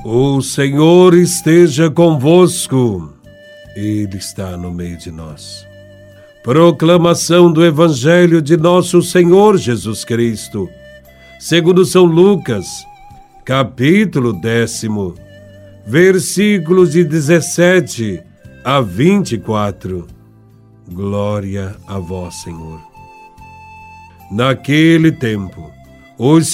O Senhor esteja convosco. Ele está no meio de nós. Proclamação do Evangelho de nosso Senhor Jesus Cristo, segundo São Lucas, capítulo 10, versículos de 17 a 24. Glória a vós, Senhor. Naquele tempo, os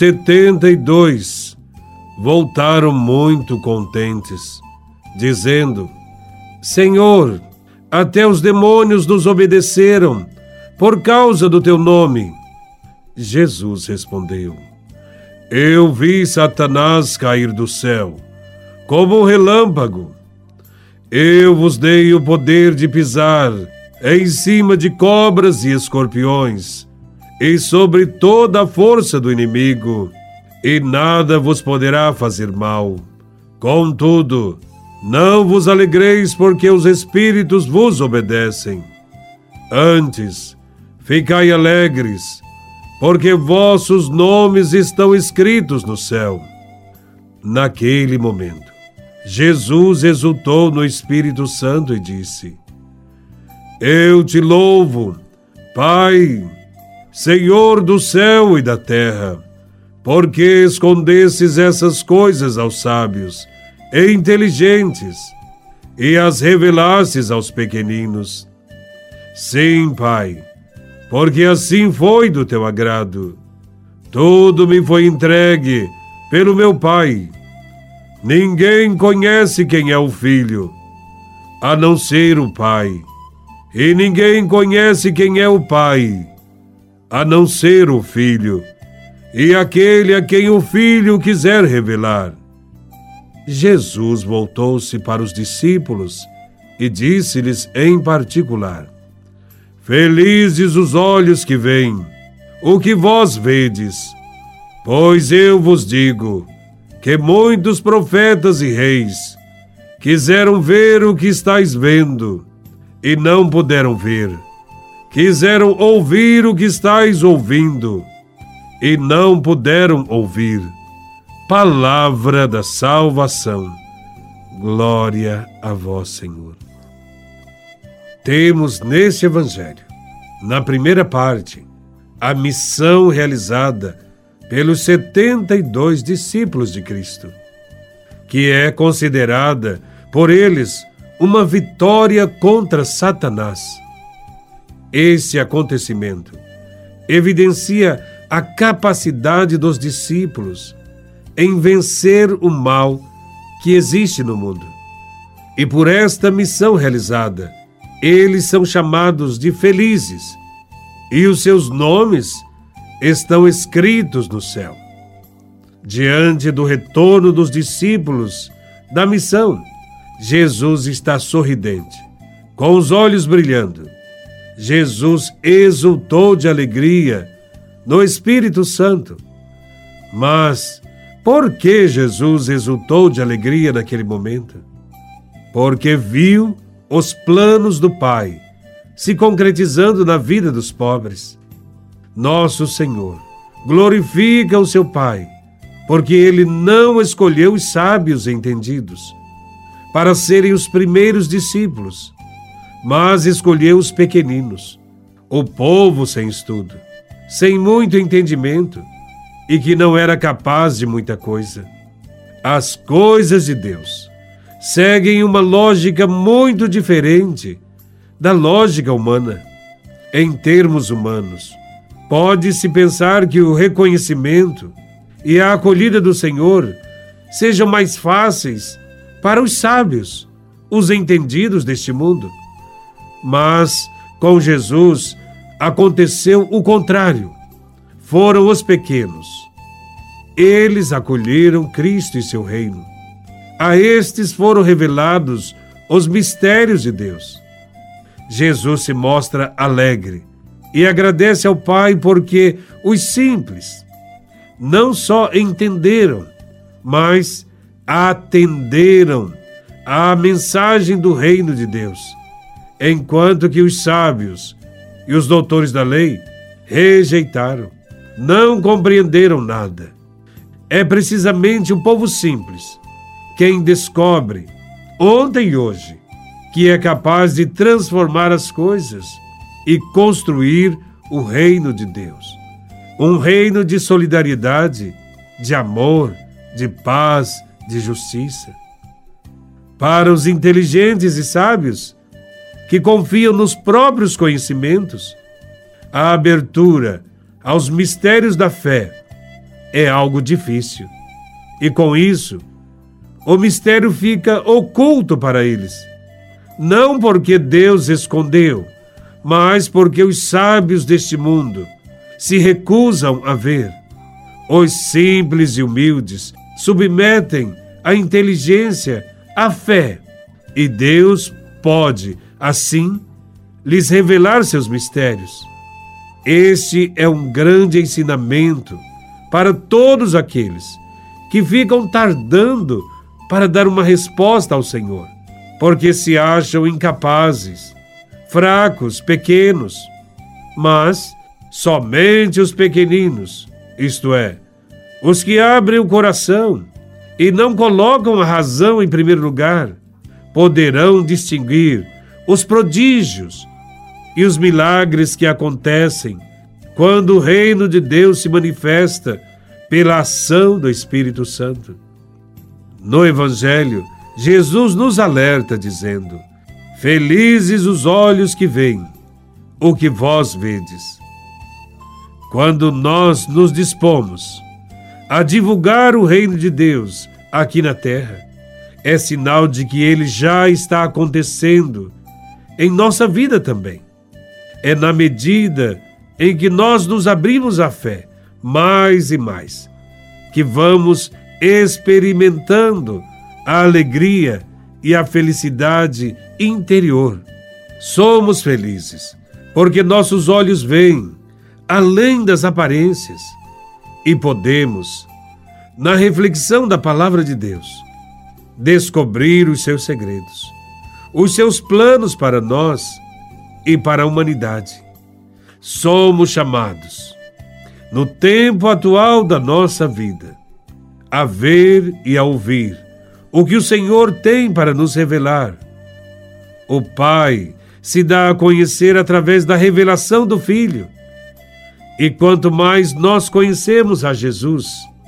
72 voltaram muito contentes, dizendo: Senhor, até os demônios nos obedeceram por causa do teu nome. Jesus respondeu: Eu vi Satanás cair do céu, como um relâmpago. Eu vos dei o poder de pisar em cima de cobras e escorpiões, e sobre toda a força do inimigo, e nada vos poderá fazer mal. Contudo, não vos alegreis porque os espíritos vos obedecem. Antes, ficai alegres, porque vossos nomes estão escritos no céu. Naquele momento, Jesus exultou no Espírito Santo e disse: Eu te louvo, Pai, Senhor do céu e da terra, porque escondestes essas coisas aos sábios e inteligentes e as revelastes aos pequeninos. Sim, Pai, porque assim foi do teu agrado. Tudo me foi entregue pelo meu Pai. Ninguém conhece quem é o Filho, a não ser o Pai, e ninguém conhece quem é o Pai, a não ser o Filho, e aquele a quem o Filho quiser revelar. Jesus voltou-se para os discípulos e disse-lhes em particular: Felizes os olhos que veem o que vós vedes, pois eu vos digo que muitos profetas e reis quiseram ver o que estáis vendo e não puderam ver, quiseram ouvir o que estáis ouvindo e não puderam ouvir. Palavra da salvação. Glória a vós, Senhor. Temos neste Evangelho, na primeira parte, a missão realizada pelos 72 discípulos de Cristo, que é considerada por eles uma vitória contra Satanás. Esse acontecimento evidencia a capacidade dos discípulos em vencer o mal que existe no mundo. E por esta missão realizada, eles são chamados de felizes, e os seus nomes estão escritos no céu. Diante do retorno dos discípulos da missão, Jesus está sorridente, com os olhos brilhando. Jesus exultou de alegria no Espírito Santo. Mas por que Jesus exultou de alegria naquele momento? Porque viu os planos do Pai se concretizando na vida dos pobres. Nosso Senhor glorifica o seu Pai, porque Ele não escolheu os sábios e entendidos para serem os primeiros discípulos, mas escolheu os pequeninos, o povo sem estudo, sem muito entendimento e que não era capaz de muita coisa. As coisas de Deus seguem uma lógica muito diferente da lógica humana. Em termos humanos, pode-se pensar que o reconhecimento e a acolhida do Senhor sejam mais fáceis para os sábios, os entendidos deste mundo. Mas com Jesus aconteceu o contrário. Foram os pequenos. Eles acolheram Cristo e seu reino. A estes foram revelados os mistérios de Deus. Jesus se mostra alegre e agradece ao Pai porque os simples não só entenderam, mas atenderam à mensagem do reino de Deus, enquanto que os sábios e os doutores da lei rejeitaram, não compreenderam nada. É precisamente o povo simples quem descobre, ontem e hoje, que é capaz de transformar as coisas e construir o reino de Deus. Um reino de solidariedade, de amor, de paz, de justiça. Para os inteligentes e sábios, que confiam nos próprios conhecimentos, a abertura aos mistérios da fé é algo difícil. E com isso, o mistério fica oculto para eles. Não porque Deus escondeu, mas porque os sábios deste mundo se recusam a ver. Os simples e humildes submetem a inteligência à fé, e Deus pode, assim, lhes revelar seus mistérios. Este é um grande ensinamento para todos aqueles que ficam tardando para dar uma resposta ao Senhor, porque se acham incapazes, fracos, pequenos. Mas somente os pequeninos, isto é, os que abrem o coração e não colocam a razão em primeiro lugar, poderão distinguir os prodígios e os milagres que acontecem quando o reino de Deus se manifesta pela ação do Espírito Santo. No Evangelho, Jesus nos alerta dizendo: felizes os olhos que veem o que vós vedes. Quando nós nos dispomos a divulgar o reino de Deus aqui na terra, é sinal de que ele já está acontecendo em nossa vida também. É na medida em que nós nos abrimos à fé, mais e mais, que vamos experimentando a alegria e a felicidade interior. Somos felizes porque nossos olhos veem além das aparências e podemos, na reflexão da palavra de Deus, descobrir os seus segredos, os seus planos para nós e para a humanidade. Somos chamados, no tempo atual da nossa vida, a ver e a ouvir o que o Senhor tem para nos revelar. O Pai se dá a conhecer através da revelação do Filho. E quanto mais nós conhecemos a Jesus,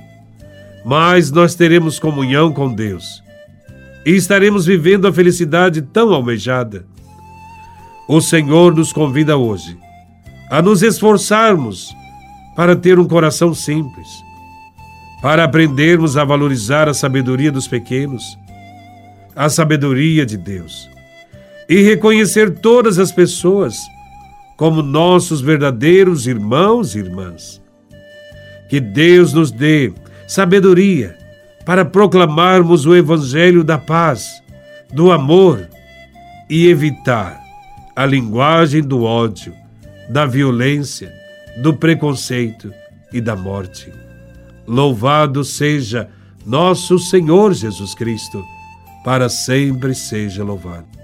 mais nós teremos comunhão com Deus e estaremos vivendo a felicidade tão almejada. O Senhor nos convida hoje a nos esforçarmos para ter um coração simples, para aprendermos a valorizar a sabedoria dos pequenos, a sabedoria de Deus, e reconhecer todas as pessoas como nossos verdadeiros irmãos e irmãs. Que Deus nos dê sabedoria para proclamarmos o Evangelho da paz, do amor e evitar a linguagem do ódio, da violência, do preconceito e da morte. Louvado seja nosso Senhor Jesus Cristo, para sempre seja louvado.